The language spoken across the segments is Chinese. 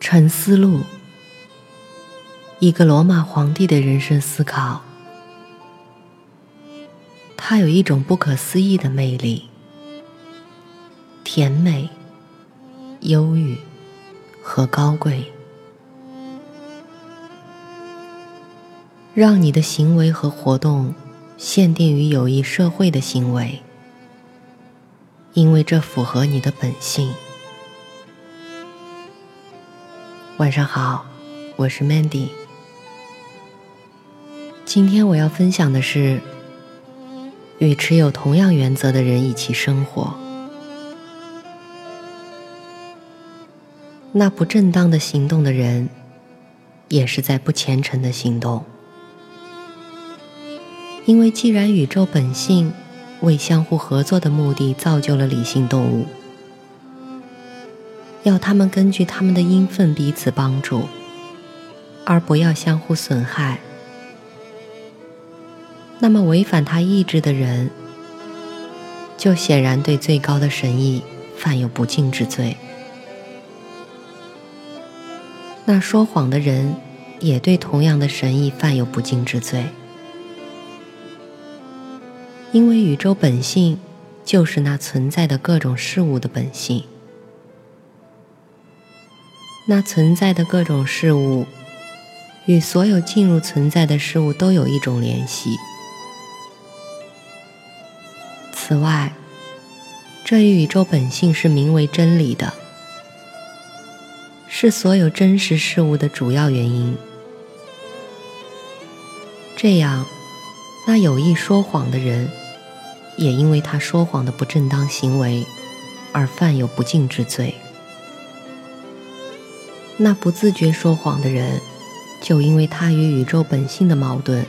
沉思录，一个罗马皇帝的人生思考。它有一种不可思议的魅力，甜美、忧郁和高贵，让你的行为和活动限定于有益社会的行为，因为这符合你的本性。晚上好，我是 Mandy。 今天我要分享的是，与持有同样原则的人一起生活。那不正当的行动的人，也是在不虔诚的行动。因为既然宇宙本性为相互合作的目的造就了理性动物，要他们根据他们的因分彼此帮助，而不要相互损害，那么违反他意志的人，就显然对最高的神意犯有不敬之罪。那说谎的人也对同样的神意犯有不敬之罪。因为宇宙本性就是那存在的各种事物的本性，那存在的各种事物与所有进入存在的事物都有一种联系。此外，这一宇宙本性是名为真理的，是所有真实事物的主要原因。这样，那有意说谎的人，也因为他说谎的不正当行为而犯有不敬之罪。那不自觉说谎的人，就因为他与宇宙本性的矛盾，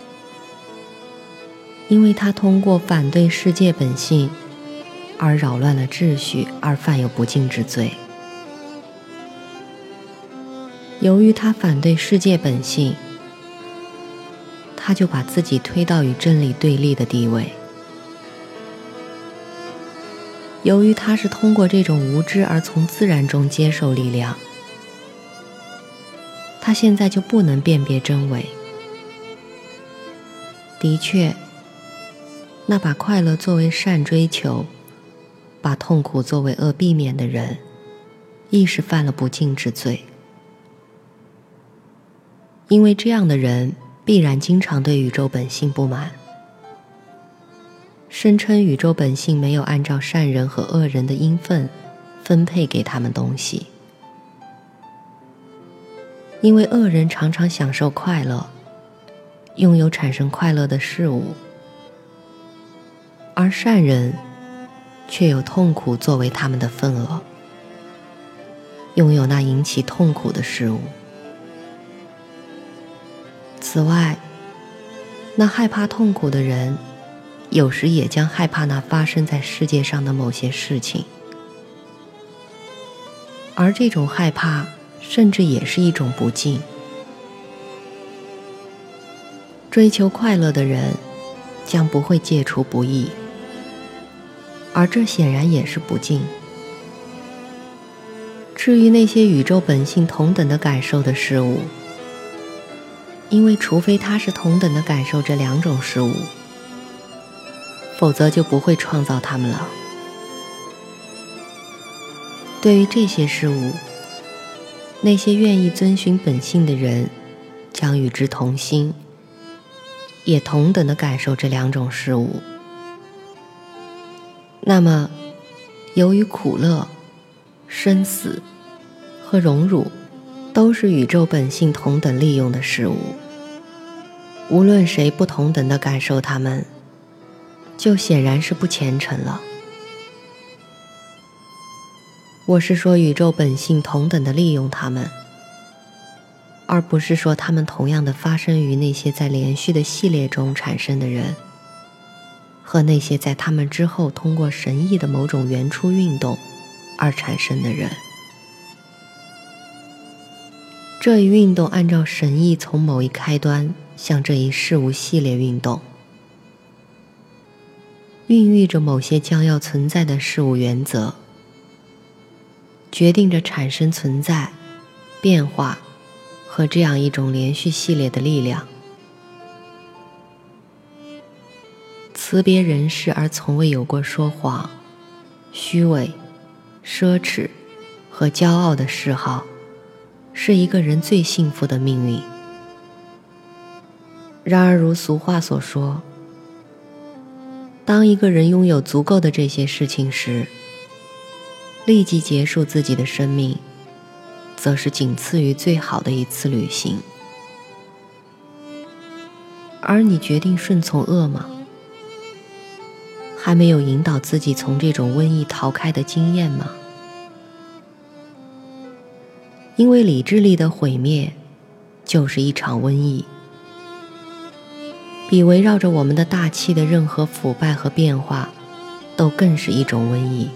因为他通过反对世界本性而扰乱了秩序而犯有不敬之罪。由于他反对世界本性，他就把自己推到与真理对立的地位。由于他是通过这种无知而从自然中接受力量，他现在就不能辨别真伪。的确，那把快乐作为善追求，把痛苦作为恶避免的人，亦是犯了不敬之罪。因为这样的人必然经常对宇宙本性不满，声称宇宙本性没有按照善人和恶人的因分分配给他们东西。因为恶人常常享受快乐，拥有产生快乐的事物，而善人却有痛苦作为他们的份额，拥有那引起痛苦的事物。此外，那害怕痛苦的人，有时也将害怕那发生在世界上的某些事情，而这种害怕甚至也是一种不敬。追求快乐的人将不会戒除不义，而这显然也是不敬。至于那些宇宙本性同等的感受的事物，因为除非它是同等的感受这两种事物，否则就不会创造它们了。对于这些事物，那些愿意遵循本性的人将与之同心，也同等的感受这两种事物。那么，由于苦乐、生死和荣辱都是宇宙本性同等利用的事物，无论谁不同等的感受它们，就显然是不虔诚了。我是说宇宙本性同等的利用它们，而不是说它们同样的发生于那些在连续的系列中产生的人，和那些在他们之后通过神意的某种原初运动而产生的人。这一运动按照神意从某一开端向这一事物系列运动，孕育着某些将要存在的事物原则，决定着产生存在变化和这样一种连续系列的力量。辞别人世而从未有过说谎、虚伪、奢侈和骄傲的嗜好，是一个人最幸福的命运。然而如俗话所说，当一个人拥有足够的这些事情时，立即结束自己的生命，则是仅次于最好的一次旅行。而你决定顺从恶吗？还没有引导自己从这种瘟疫逃开的经验吗？因为理智力的毁灭就是一场瘟疫，比围绕着我们的大气的任何腐败和变化都更是一种瘟疫。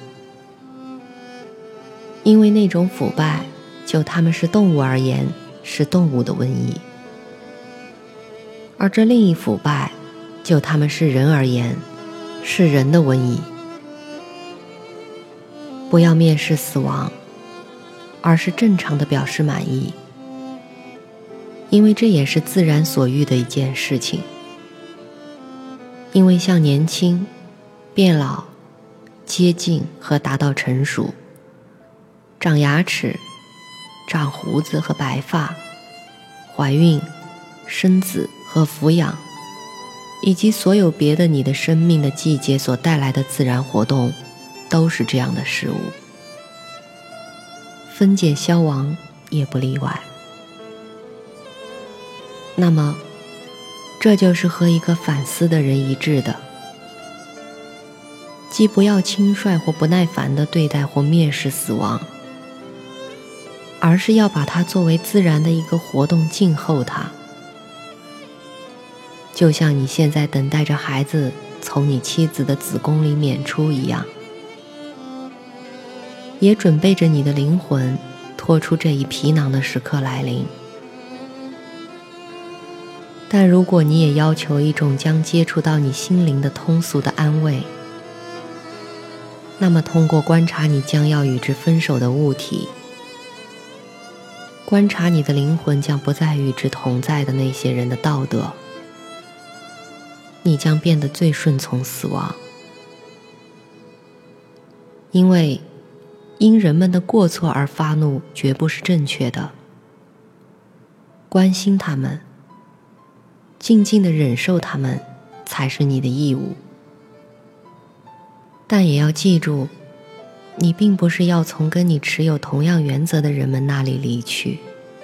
因为那种腐败就它们是动物而言是动物的瘟疫，而这另一腐败就它们是人而言是人的瘟疫。不要蔑视死亡，而是正常地表示满意，因为这也是自然所欲的一件事情。因为像年轻、变老、接近和达到成熟、长牙齿、长胡子和白发、怀孕、生子和抚养，以及所有别的你的生命的季节所带来的自然活动，都是这样的事物。分解消亡也不例外。那么这就是和一个反思的人一致的，即不要轻率或不耐烦地对待或蔑视死亡，而是要把它作为自然的一个活动静候它。就像你现在等待着孩子从你妻子的子宫里娩出一样，也准备着你的灵魂拖出这一皮囊的时刻来临。但如果你也要求一种将接触到你心灵的通俗的安慰，那么通过观察你将要与之分手的物体，观察你的灵魂将不再与之同在的那些人的道德，你将变得最顺从死亡。因为因人们的过错而发怒绝不是正确的，关心他们，静静地忍受他们才是你的义务。但也要记住，你并不是要从跟你持有同样原则的人们那里离去。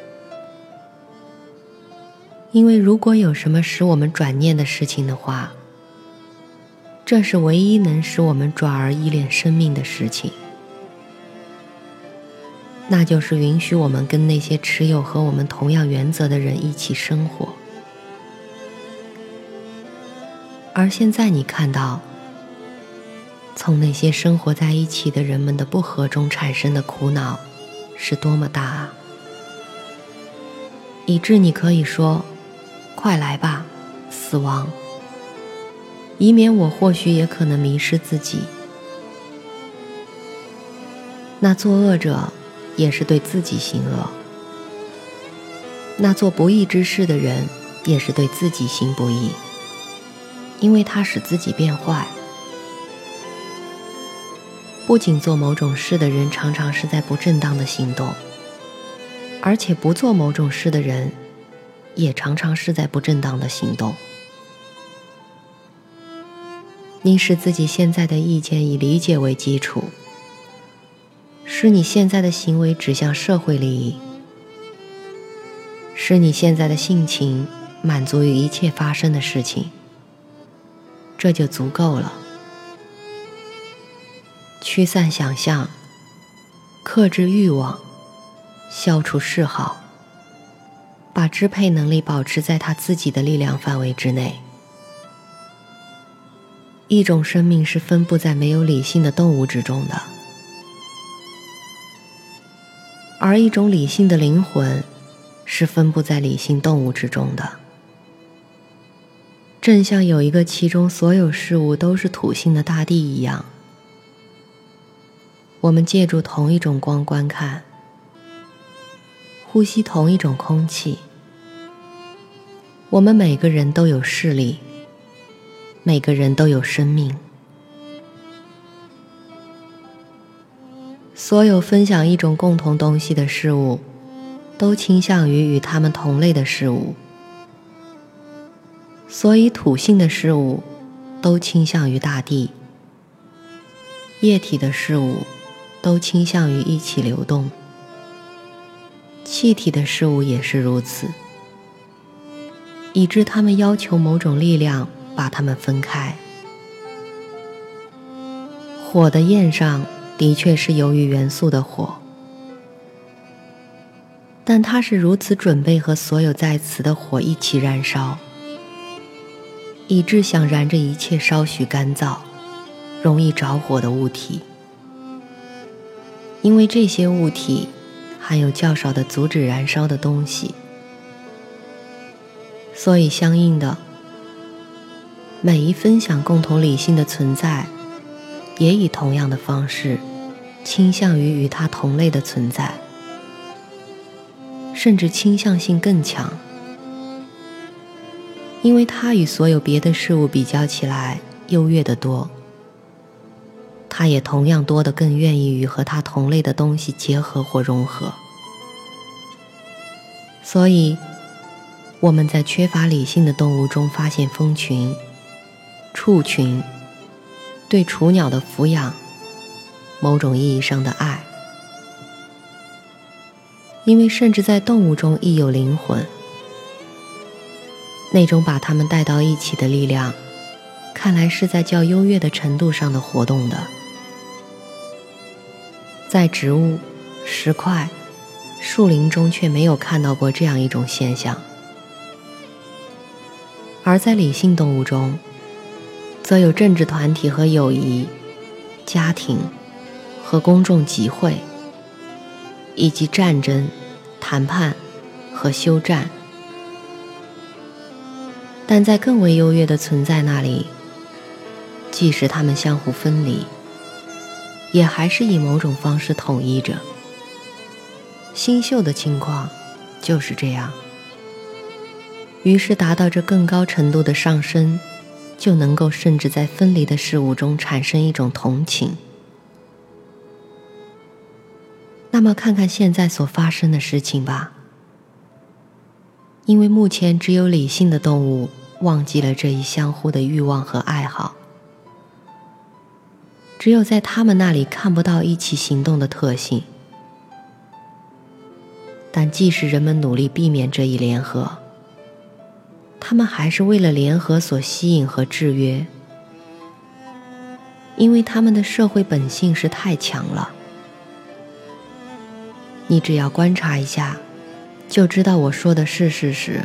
因为如果有什么使我们转念的事情的话，这是唯一能使我们转而依恋生命的事情，那就是允许我们跟那些持有和我们同样原则的人一起生活。而现在你看到，从那些生活在一起的人们的不和中产生的苦恼是多么大啊，以致你可以说，快来吧，死亡，以免我或许也可能迷失自己。那作恶者也是对自己行恶，那做不义之事的人也是对自己行不义，因为他使自己变坏。不仅做某种事的人常常是在不正当的行动，而且不做某种事的人也常常是在不正当的行动。你使自己现在的意见以理解为基础，使你现在的行为指向社会利益，使你现在的性情满足于一切发生的事情，这就足够了。驱散想象，克制欲望，消除嗜好，把支配能力保持在他自己的力量范围之内。一种生命是分布在没有理性的动物之中的，而一种理性的灵魂是分布在理性动物之中的。正像有一个其中所有事物都是土性的大地一样，我们借助同一种光观看， 呼吸同一种空气。我们每个人都有视力，每个人都有生命。所有分享一种共同东西的事物，都倾向于与它们同类的事物。所以土性的事物都倾向于大地，液体的事物都倾向于一起流动，气体的事物也是如此，以致它们要求某种力量把它们分开。火的焰上的确是由于元素的火，但它是如此准备和所有在此的火一起燃烧，以致想燃着一切稍许干燥、容易着火的物体，因为这些物体含有较少的阻止燃烧的东西，所以相应的，每一分享共同理性的存在，也以同样的方式倾向于与它同类的存在，甚至倾向性更强，因为它与所有别的事物比较起来优越得多，它也同样多得更愿意与和它同类的东西结合或融合。所以我们在缺乏理性的动物中发现蜂群、畜群、对雏鸟的抚养，某种意义上的爱，因为甚至在动物中亦有灵魂，那种把它们带到一起的力量，看来是在较优越的程度上的活动的。在植物、石块、树林中却没有看到过这样一种现象，而在理性动物中，则有政治团体和友谊、家庭和公众集会，以及战争、谈判和休战。但在更为优越的存在那里，即使它们相互分离，也还是以某种方式统一着。星宿的情况就是这样，于是达到这更高程度的上升，就能够甚至在分离的事物中产生一种同情。那么看看现在所发生的事情吧，因为目前只有理性的动物忘记了这一相互的欲望和爱好，只有在他们那里看不到一起行动的特性。但即使人们努力避免这一联合，他们还是为了联合所吸引和制约，因为他们的社会本性是太强了。你只要观察一下，就知道我说的是事实。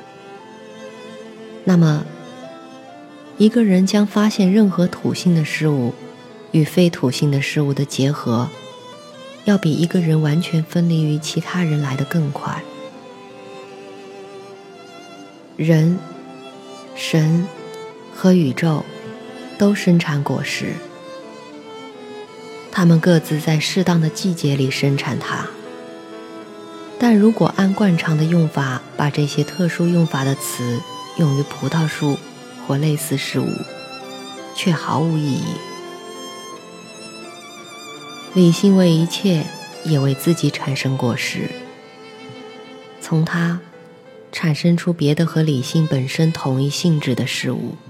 那么，一个人将发现任何土性的事物与非土性的事物的结合，要比一个人完全分离于其他人来得更快。人、神和宇宙都生产果实，它们各自在适当的季节里生产它。但如果按惯常的用法把这些特殊用法的词用于葡萄树或类似事物，却毫无意义。理性为一切，也为自己产生果实，从它产生出别的和理性本身同一性质的事物。